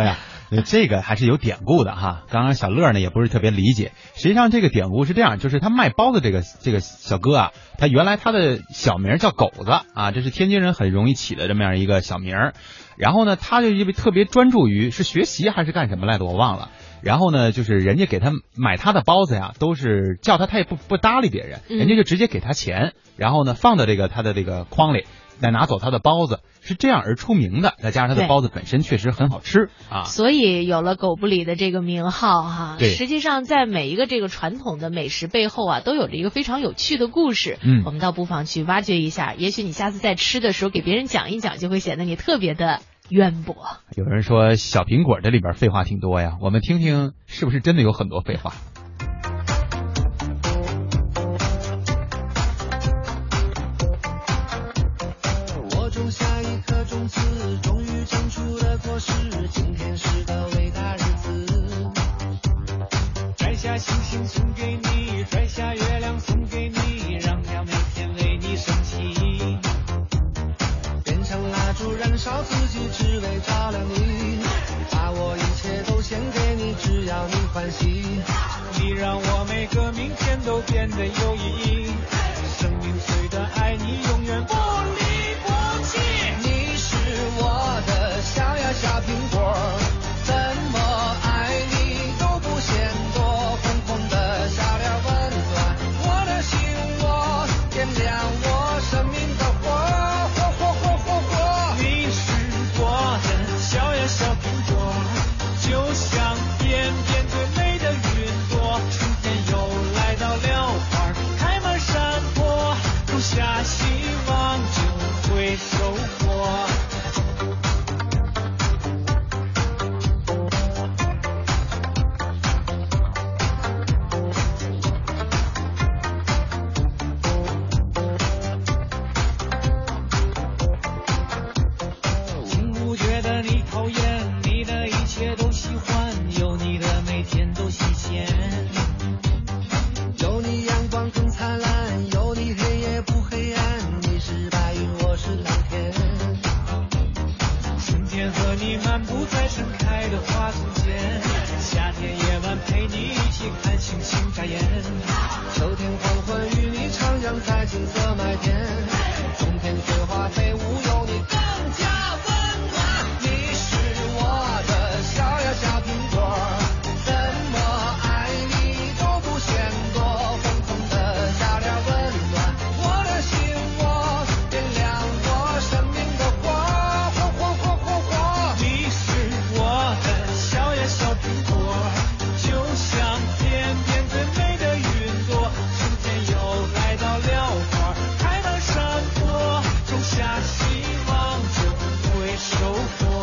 这个还是有典故的哈。刚刚小乐呢也不是特别理解，实际上这个典故是这样，就是他卖包子这个这个小哥啊，他原来他的小名叫狗子啊，这是天津人很容易起的这么样一个小名。然后呢，他就因为特别专注于是学习还是干什么来的，我忘了。然后呢，就是人家给他买他的包子呀，都是叫他，他也不不搭理别人，人家就直接给他钱，然后呢放到这个他的这个筐里，再拿走他的包子，是这样而出名的。再加上他的包子本身确实很好吃啊， 所以有了狗不理的这个名号哈。 对， 实际上在每一个这个传统的美食背后啊，都有着一个非常有趣的故事。 嗯， 我们倒不妨去挖掘一下，也许你下次在吃的时候给别人讲一讲，就会显得你特别的渊博。 有人说小苹果这里边废话挺多呀，我们听听是不是真的有很多废话。 我种下一颗种子，终于长出了果实，今天是个伟大日子。摘下星星送给你，摘下月亮送给你，让它每天为你升起。点上蜡烛燃烧自己，只为照亮你，把我一切都献给你，只要你欢喜。你让我每个明天都变得有意义，生命最的爱你永远不离不弃。你是我的小呀小苹果，怎么爱你都不嫌多，红红的笑脸温暖我的心窝，点亮我生命的火，火火火火火。你是我的小呀小苹果，就像天边最美的云朵，春天又来到了，花开满山坡，种下希望就会收获。请不觉得你讨厌，你的一切都喜欢，有你的每天都新鲜，有你阳光更灿烂，有你黑夜不黑暗，你是白云我是蓝天，春天和你漫步在盛开的花丛间，夏天夜晚陪你一起看星星眨眼，秋天黄昏与你徜徉在金色麦田，冬天雪花飞舞有你更加温暖。你是我的小呀小苹果，怎么爱你都不嫌多，红红的笑脸温暖我的心窝，点亮我生命的火，火火火火火。你是我的小呀小苹果，就像天边最美的云朵，春天又来到了，花开满山坡，种下希望就会收获。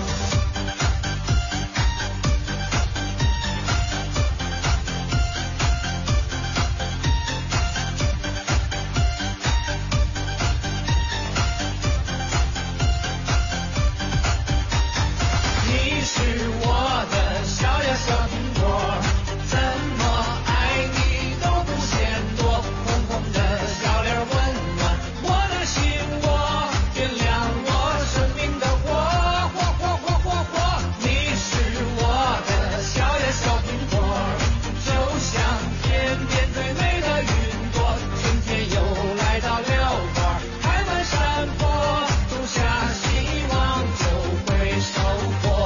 你是我的小呀小苹果，怎么爱你都不嫌多，红红的笑脸温暖我的心窝，点亮我生命的火，火火火火火。你是我的小呀小苹果，就像天边最美的云朵，春天又来到了，花开满山坡，种下希望就会收获。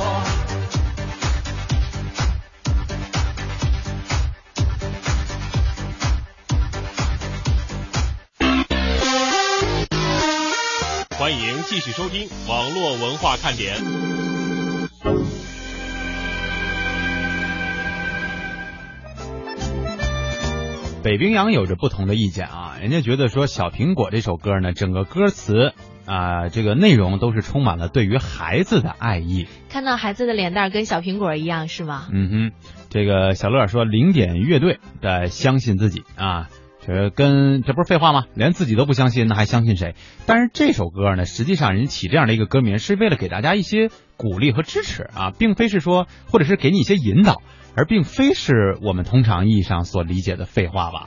欢迎继续收听网络文化看点。 北冰洋有着不同的意见啊，人家觉得说小苹果这首歌呢，整个歌词啊、呃，这个内容都是充满了对于孩子的爱意。 看到孩子的脸蛋跟小苹果一样是吗？ 嗯哼，这个小乐说零点乐队的相信自己啊，这跟这不是废话吗？连自己都不相信，那还相信谁？但是这首歌呢，实际上人起这样的一个歌名，是为了给大家一些鼓励和支持啊，并非是说，或者是给你一些引导，而并非是我们通常意义上所理解的废话吧。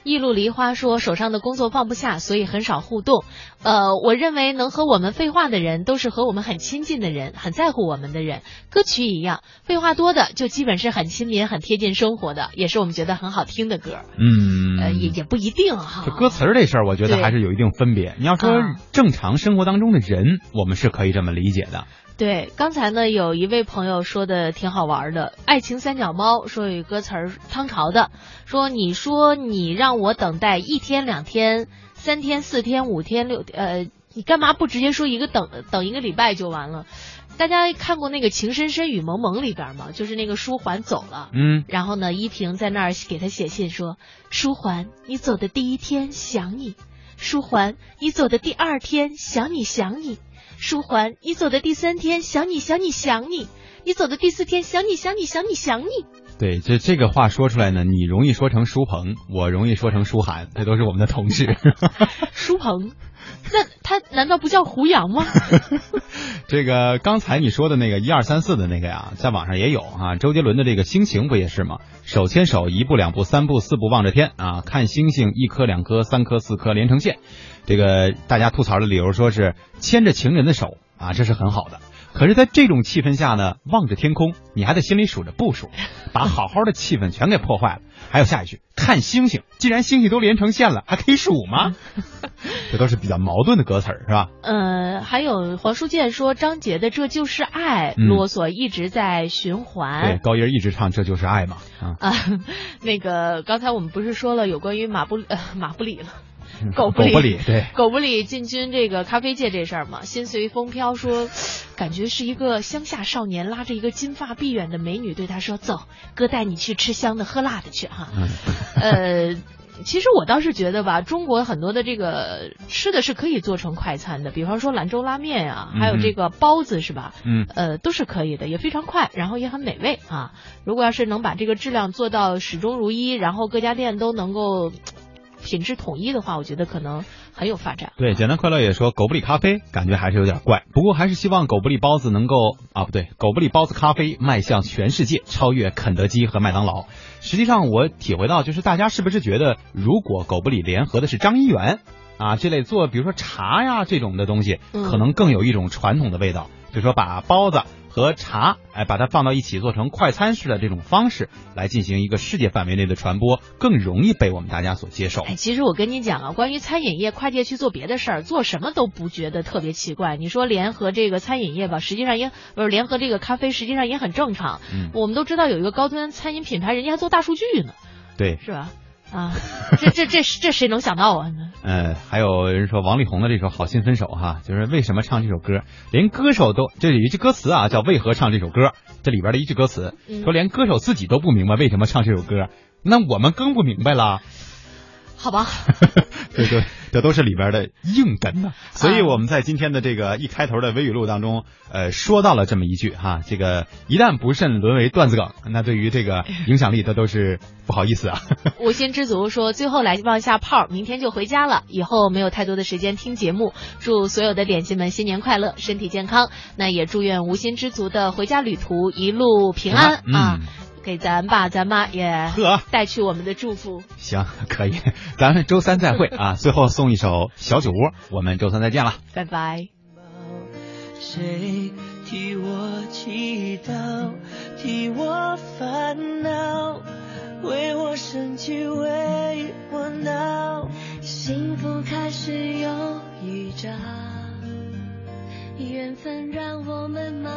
一路梨花说手上的工作放不下，所以很少互动。呃，我认为能和我们废话的人都是和我们很亲近的人，很在乎我们的人。歌曲一样，废话多的就基本是很亲民、很贴近生活的，也是我们觉得很好听的歌。 嗯， 呃，也也不一定哈。 这歌词儿这事儿，我觉得还是有一定分别。你要说正常生活当中的人，我们是可以这么理解的。 对，刚才呢有一位朋友说的挺好玩的，爱情三脚猫说有一歌词儿汤潮的，说你说你让我等待一天两天三天四天五天六呃，你干嘛不直接说一个等等一个礼拜就完了？大家看过那个《情深深雨蒙蒙》里边吗？就是那个舒缓走了， 嗯， 然后呢依萍在那儿给他写信说，舒缓你走的第一天想你，舒缓你走的第二天想你想你。舒缓，你走的第三天想你想你想你，你走的第四天想你想你想你想你。 对，这这个话说出来呢，你容易说成舒鹏，我容易说成舒涵，这都是我们的同事。 舒鹏，那他难道不叫胡杨吗？ 这个刚才你说的那个一二三四的那个呀，在网上也有啊。周杰伦的这个心情不也是吗？手牵手，一步两步三步四步望着天啊，看星星，一颗两颗三颗四颗连成线。这个大家吐槽的理由说是牵着情人的手啊，这是很好的。可是在这种气氛下呢，望着天空，你还得心里数着步数，把好好的气氛全给破坏了。还有下一句，看星星，既然星星都连成线了，还可以数吗？这都是比较矛盾的歌词儿，是吧？ 呃，还有黄书健说张杰的《这就是爱》 嗯、 啰嗦一直在循环。 对，高音一直唱《这就是爱》嘛。啊， 啊那个刚才我们不是说了有关于马布呃马布里了。 狗不理， 不理对， 狗不理进军这个咖啡界这事儿嘛，心随风飘说，感觉是一个乡下少年拉着一个金发碧眼的美女对他说：“走，哥带你去吃香的喝辣的去哈。嗯”呃，其实我倒是觉得吧，中国很多的这个吃的是可以做成快餐的，比方说兰州拉面呀、啊，还有这个包子是吧？ 嗯， 呃，都是可以的，也非常快，然后也很美味啊。如果要是能把这个质量做到始终如一，然后各家店都能够品质统一的话，我觉得可能很有发展。 对，简单快乐也说狗不理咖啡感觉还是有点怪，不过还是希望狗不理包子能够啊不对，狗不理包子咖啡迈向全世界，超越肯德基和麦当劳。实际上我体会到，就是大家是不是觉得，如果狗不理联合的是张一元啊这类做比如说茶呀这种的东西，可能更有一种传统的味道，嗯、就说把包子和茶，哎，把它放到一起做成快餐式的这种方式来进行一个世界范围内的传播，更容易被我们大家所接受。 哎，其实我跟你讲啊，关于餐饮业跨界去做别的事儿，做什么都不觉得特别奇怪。你说联合这个餐饮业吧，实际上也不是联合这个咖啡，实际上也很正常。嗯，我们都知道有一个高端餐饮品牌，人家还做大数据呢， 对， 是吧？啊，这这这这谁能想到啊？ 呃，还有人说王力宏的这首《好心分手》哈，就是为什么唱这首歌，连歌手都这有一句歌词啊，叫为何唱这首歌，这里边的一句歌词说连歌手自己都不明白为什么唱这首歌，那我们更不明白了。 好吧， 这这这都是里边的硬梗呢。所以我们在今天的这个一开头的微语录当中，呃，说到了这么一句哈，这个一旦不慎沦为段子梗，那对于这个影响力的都是不好意思啊。 无心之足说，最后来放下炮，明天就回家了，以后没有太多的时间听节目。祝所有的点心们新年快乐，身体健康。那也祝愿无心之足的回家旅途一路平安、嗯、啊。给咱爸咱妈也带去我们的祝福。 行，可以，咱们周三再会啊！最后送一首小酒窝，我们周三再见了， 拜拜。 谁替我祈祷，替我烦恼，为我生气，为我闹，幸福开始有预兆，缘分让我们慢